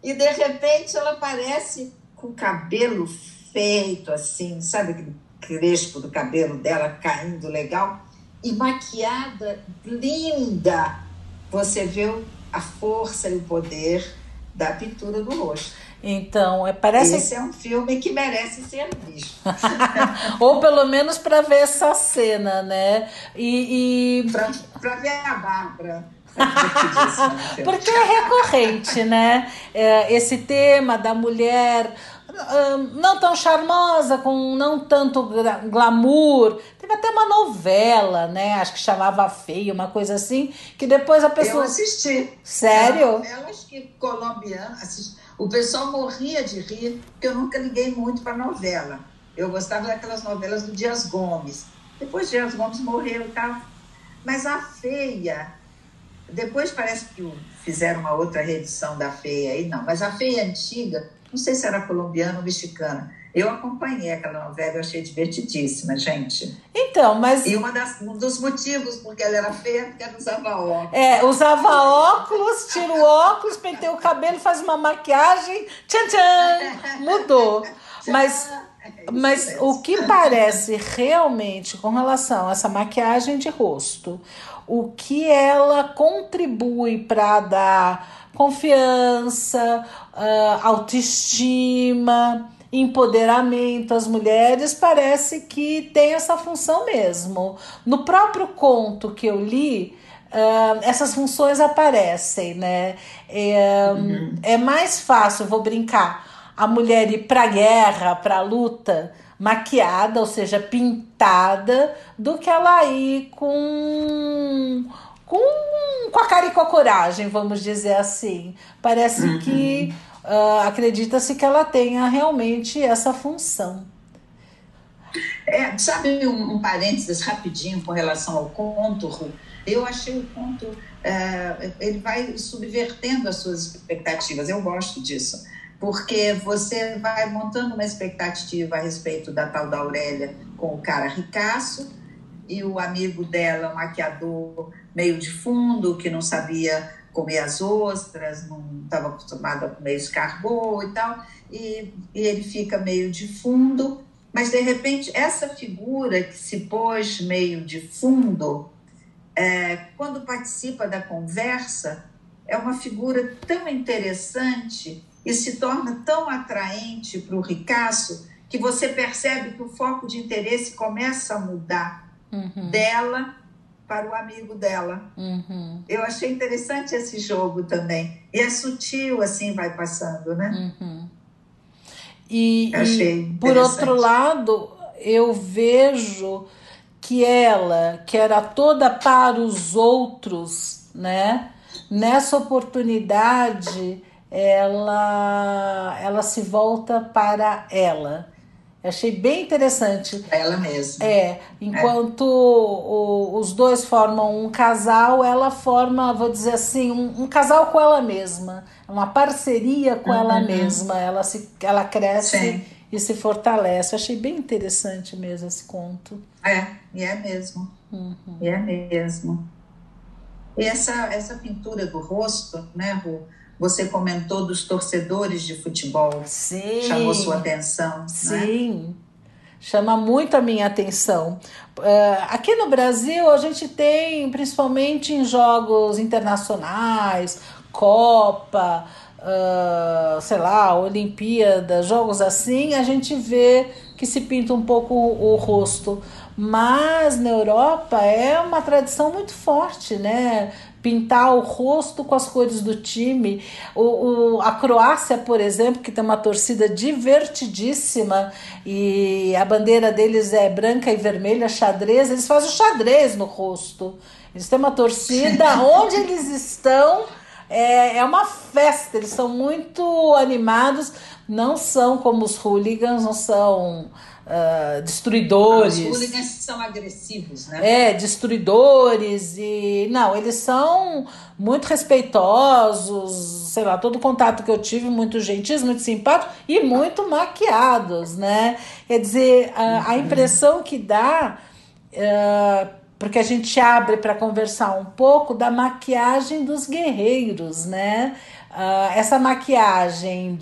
E, de repente, ela aparece com o cabelo feito, assim, sabe aquele crespo do cabelo dela caindo legal? E maquiada, linda. Você vê a força e o poder da pintura do rosto. Então, é, parece... Esse é um filme que merece ser visto. Ou pelo menos para ver essa cena, né? E, e... Para ver a Bárbara. Porque é recorrente, né? É, esse tema da mulher não tão charmosa, com não tanto glamour. Teve até uma novela, né? Acho que chamava Feia, uma coisa assim, que depois a pessoa... Eu assisti. Sério? Novelas que colombiana assisti. O pessoal morria de rir, porque eu nunca liguei muito para novela. Eu gostava daquelas novelas do Dias Gomes. Depois Dias Gomes morreu e tal. Mas a Feia... Depois parece que fizeram uma outra reedição da Feia aí, não. Mas a Feia antiga, não sei se era colombiana ou mexicana. Eu acompanhei aquela novela, eu achei divertidíssima, gente. Então, mas... E uma das, um dos motivos porque ela era feia, porque ela usava óculos. É, usava óculos, tira o óculos, penteia o cabelo, faz uma maquiagem, tchan, tchan, mudou. Mas, mas o que parece realmente com relação a essa maquiagem de rosto, o que ela contribui para dar confiança, uh, autoestima, empoderamento às mulheres, parece que tem essa função mesmo. No próprio conto que eu li, uh, essas funções aparecem, né? É, uhum. É mais fácil, vou brincar, a mulher ir para a guerra, para a luta, maquiada, ou seja, pintada, do que ela ir com, com, com a cara e com a coragem, vamos dizer assim. Parece uhum. que uh, acredita-se que ela tenha realmente essa função. É, sabe um, um parênteses rapidinho com relação ao conto, Ru? Eu achei o conto, uh, ele vai subvertendo as suas expectativas, eu gosto disso. Porque você vai montando uma expectativa a respeito da tal da Aurélia com o cara ricaço e o amigo dela, o maquiador meio de fundo, que não sabia comer as ostras, não estava acostumado a comer escargot e tal, e, e ele fica meio de fundo, mas de repente essa figura que se pôs meio de fundo, é, quando participa da conversa, é uma figura tão interessante e se torna tão atraente para o ricaço que você percebe que o foco de interesse começa a mudar uhum. dela para o amigo dela. Uhum. Eu achei interessante esse jogo também. E é sutil, assim, vai passando, né? Uhum. E, e por outro lado, eu vejo que ela, que era toda para os outros, né? Nessa oportunidade... ela, ela se volta para ela. Eu achei bem interessante. Ela mesma. É, enquanto é. O, os dois formam um casal, ela forma, vou dizer assim, um, um casal com ela mesma. Uma parceria com uhum. ela mesma. Ela, se, ela cresce Sim. e se fortalece. Eu achei bem interessante mesmo esse conto. É, e é mesmo. Uhum. E é mesmo. E essa, essa pintura do rosto, né, Ru? Você comentou dos torcedores de futebol. Sim. Chamou sua atenção. Sim. Né? Chama muito a minha atenção. Uh, aqui no Brasil, a gente tem, principalmente em jogos internacionais, Copa, uh, sei lá, Olimpíada, jogos assim, a gente vê que se pinta um pouco o, o rosto. Mas na Europa é uma tradição muito forte, né? Pintar o rosto com as cores do time. O, o, a Croácia, por exemplo, que tem uma torcida divertidíssima e a bandeira deles é branca e vermelha, xadrez, eles fazem o xadrez no rosto. Eles têm uma torcida, onde eles estão, é, é uma festa, eles são muito animados, não são como os hooligans, não são... Uh, destruidores. Os hooligans são agressivos, né? É, destruidores e... Não, eles são muito respeitosos, sei lá, todo contato que eu tive, muito gentis, muito simpáticos e muito maquiados, né? Quer dizer, a, a impressão que dá, uh, porque a gente abre para conversar um pouco da maquiagem dos guerreiros, né? Uh, essa maquiagem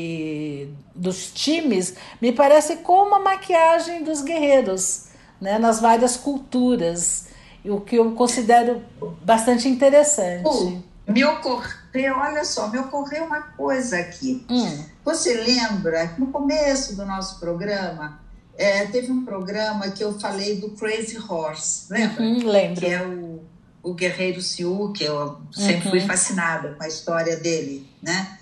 de, dos times me parece como a maquiagem dos guerreiros, né, nas várias culturas, o que eu considero bastante interessante. Uh, me ocorreu, olha só, me ocorreu uma coisa aqui. Hum. Você lembra, no começo do nosso programa, é, teve um programa que eu falei do Crazy Horse, lembra? Uhum, lembro. Que é o, o guerreiro Sioux, que eu sempre uhum. fui fascinada com a história dele, né?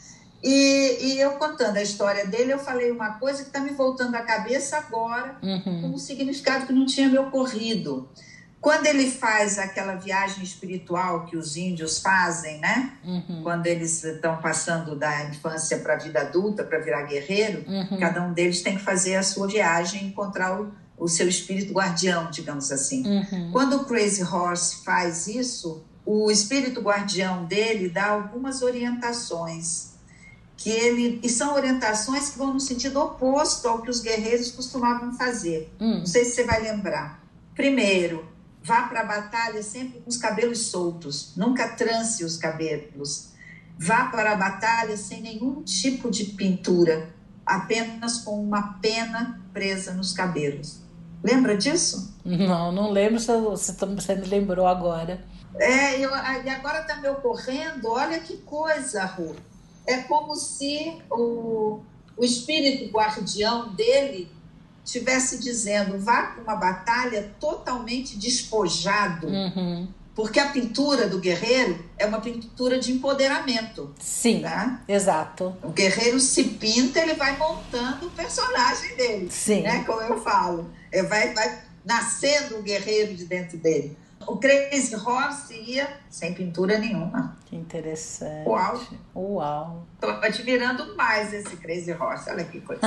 E, e eu contando a história dele, eu falei uma coisa que está me voltando à cabeça agora, uhum. com um significado que não tinha me ocorrido. Quando ele faz aquela viagem espiritual que os índios fazem, né? Uhum. Quando eles estão passando da infância para a vida adulta, para virar guerreiro, uhum. cada um deles tem que fazer a sua viagem, encontrar o, o seu espírito guardião, digamos assim. Uhum. Quando o Crazy Horse faz isso, o espírito guardião dele dá algumas orientações, que ele, e são orientações que vão no sentido oposto ao que os guerreiros costumavam fazer. Uhum. Não sei se você vai lembrar. Primeiro, vá para a batalha sempre com os cabelos soltos, nunca trance os cabelos. Vá para a batalha sem nenhum tipo de pintura, apenas com uma pena presa nos cabelos. Lembra disso? Não, não lembro, se você me lembrou agora. É, eu, e agora está me ocorrendo, olha que coisa, Ru. É como se o, o espírito guardião dele estivesse dizendo, vá para uma batalha totalmente despojado, uhum. porque a pintura do guerreiro é uma pintura de empoderamento. Sim, tá? Exato. O guerreiro se pinta, ele vai montando o personagem dele. Sim. Né? Como eu falo, é, vai, vai nascendo o guerreiro de dentro dele. O Crazy Horse ia sem pintura nenhuma. Que interessante. Uau. Uau. Estou admirando mais esse Crazy Horse. Olha que coisa.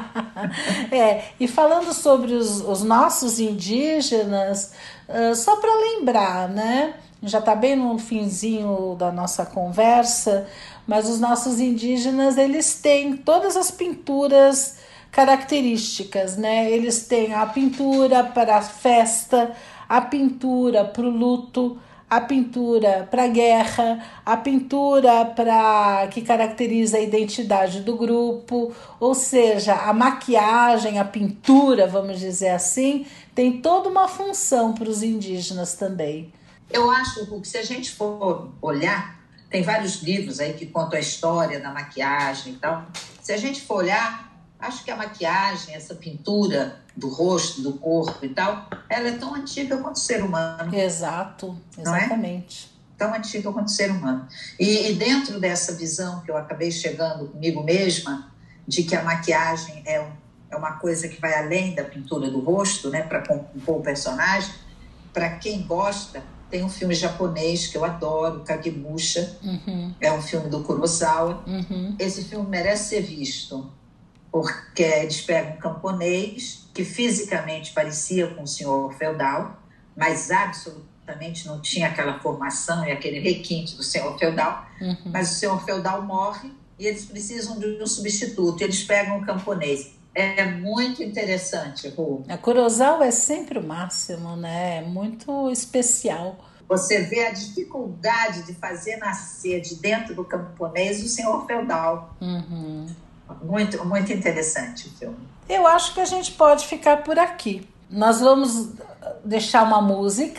É, e falando sobre os, os nossos indígenas, uh, só para lembrar, né? Já está bem no finzinho da nossa conversa, mas os nossos indígenas, eles têm todas as pinturas características, né? Eles têm a pintura para a festa, a pintura para o luto, a pintura para a guerra, a pintura para que caracteriza a identidade do grupo, ou seja, a maquiagem, a pintura, vamos dizer assim, tem toda uma função para os indígenas também. Eu acho que se a gente for olhar, tem vários livros aí que contam a história da maquiagem e tal. Se a gente for olhar, acho que a maquiagem, essa pintura do rosto, do corpo e tal, ela é tão antiga quanto o ser humano. Exato, exatamente. É? Tão antiga quanto o ser humano. E, e dentro dessa visão que eu acabei chegando comigo mesma, de que a maquiagem é, um, é uma coisa que vai além da pintura do rosto, né, para compor o personagem, para quem gosta, tem um filme japonês que eu adoro, Kagemusha, uhum. é um filme do Kurosawa. Uhum. Esse filme merece ser visto, porque eles pegam um camponês que fisicamente parecia com o senhor feudal, mas absolutamente não tinha aquela formação e aquele requinte do senhor feudal, uhum. mas o senhor feudal morre e eles precisam de um substituto, eles pegam o camponês. É muito interessante, Ru. A Kurosawa é sempre o máximo, né? É muito especial. Você vê a dificuldade de fazer nascer de dentro do camponês o senhor feudal. Uhum. Muito, muito interessante o filme. Eu acho que a gente pode ficar por aqui. Nós vamos deixar uma música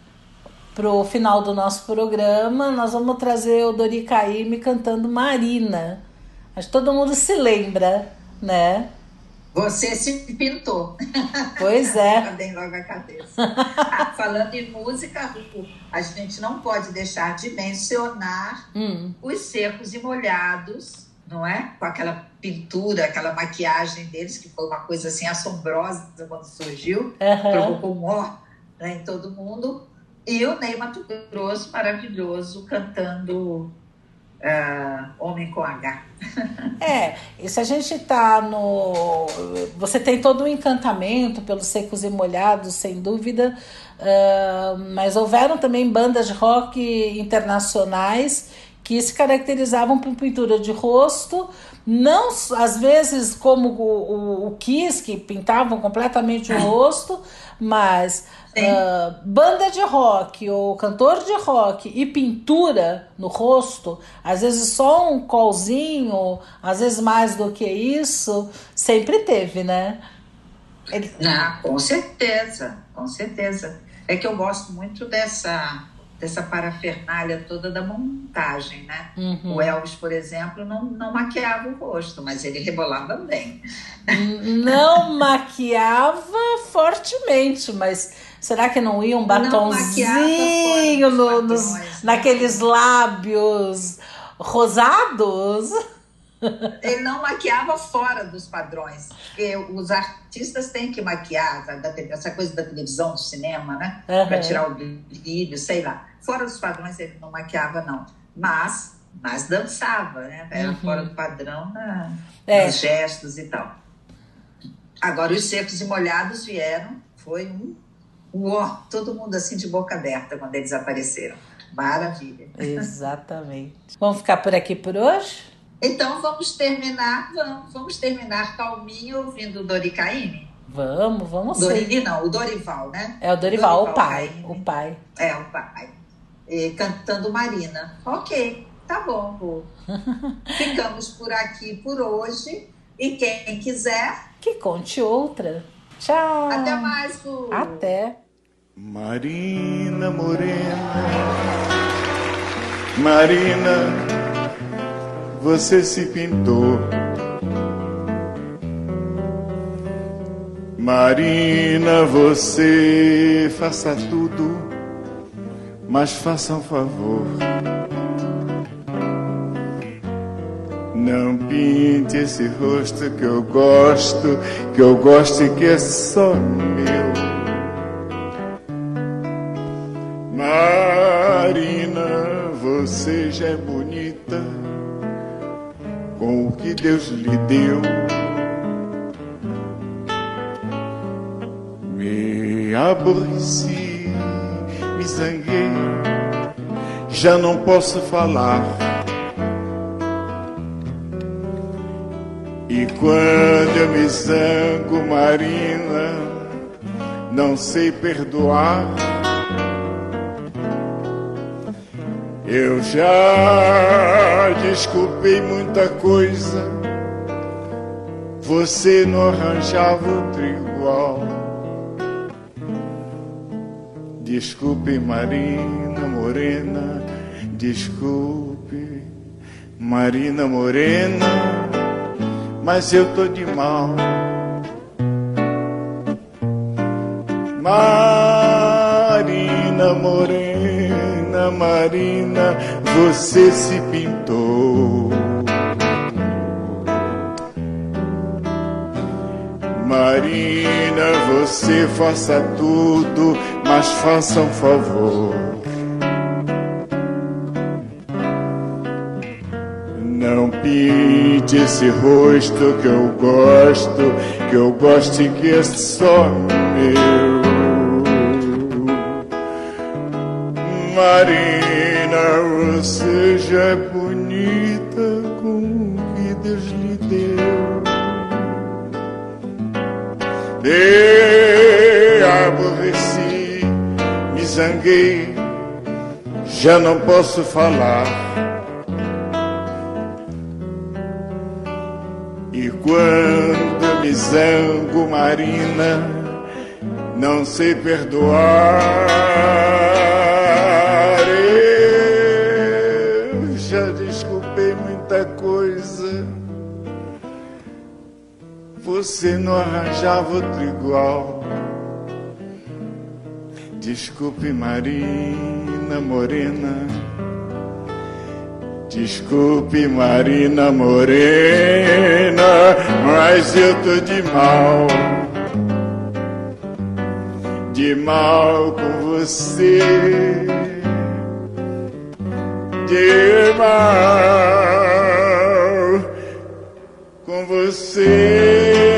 para o final do nosso programa. Nós vamos trazer o Dori Caymmi cantando Marina. Acho que todo mundo se lembra, né? Você se pintou. Pois é. Também logo a cabeça. Ah, falando em música, a gente não pode deixar de mencionar hum. os Secos e Molhados, não é? Com aquela pintura, aquela maquiagem deles, que foi uma coisa assim assombrosa quando surgiu, uhum. provocou humor, né, em todo mundo. E o Ney Matogrosso, maravilhoso, cantando uh, Homem com H. É, e se a gente tá no... Você tem todo um encantamento pelos Secos e Molhados, sem dúvida, uh, mas houveram também bandas de rock internacionais que se caracterizavam por pintura de rosto, não às vezes como o, o, o Kiss, que pintavam completamente o rosto, mas uh, banda de rock ou cantor de rock e pintura no rosto, às vezes só um colzinho, às vezes mais do que isso, sempre teve, né? Ele... Ah, com certeza, com certeza. É que eu gosto muito dessa, dessa parafernália toda da montagem, né? Uhum. O Elvis, por exemplo, não, não maquiava o rosto, mas ele rebolava bem. Não maquiava fortemente, mas será que não ia um batonzinho no, nos, né? Naqueles lábios rosados? Ele não maquiava fora dos padrões, porque os artistas têm que maquiar, essa coisa da televisão, do cinema, né? Uhum. Para tirar o brilho, sei lá. Fora dos padrões ele não maquiava, não. Mas, mas dançava, né? Era uhum. fora do padrão na, é. nos gestos e tal. Agora, os secos e molhados vieram, foi um uó, todo mundo assim de boca aberta quando eles apareceram. Maravilha. Exatamente. Vamos ficar por aqui por hoje? Então vamos terminar, vamos, vamos terminar calminho ouvindo o Dori Caymmi? Vamos, vamos sim. Dori, não, o Dorival, né? É o Dorival, Dorival o pai, Caymmi. o pai. É, o pai. E, cantando Marina. Ok, tá bom, Rô. Ficamos por aqui por hoje. E quem quiser... que conte outra. Tchau. Até mais, Rô. Até. Marina Morena, Marina... você se pintou, Marina, você faça tudo, mas faça um favor. Não pinte esse rosto que eu gosto, que eu gosto e que é só meu. Marina, você já é bonita com o que Deus lhe deu. Me aborreci, me zanguei, já não posso falar. E quando eu me zango, Marina, não sei perdoar. Eu já desculpei muita coisa, você não arranjava outro igual. Desculpe, Marina Morena, desculpe, Marina Morena, mas eu tô de mal. Marina Morena, Marina, você se pintou. Marina, você faça tudo, mas faça um favor. Não pinte esse rosto que eu gosto, que eu gosto e que é só meu. Marina, você já é bonita com o que Deus lhe deu. Me aborreci, me zanguei, já não posso falar. E quando me zango, Marina, não sei perdoar. Eu já desculpei muita coisa, você não arranjava outro igual. Desculpe, Marina Morena, desculpe, Marina Morena, mas eu tô de mal, de mal com você, de mal com você.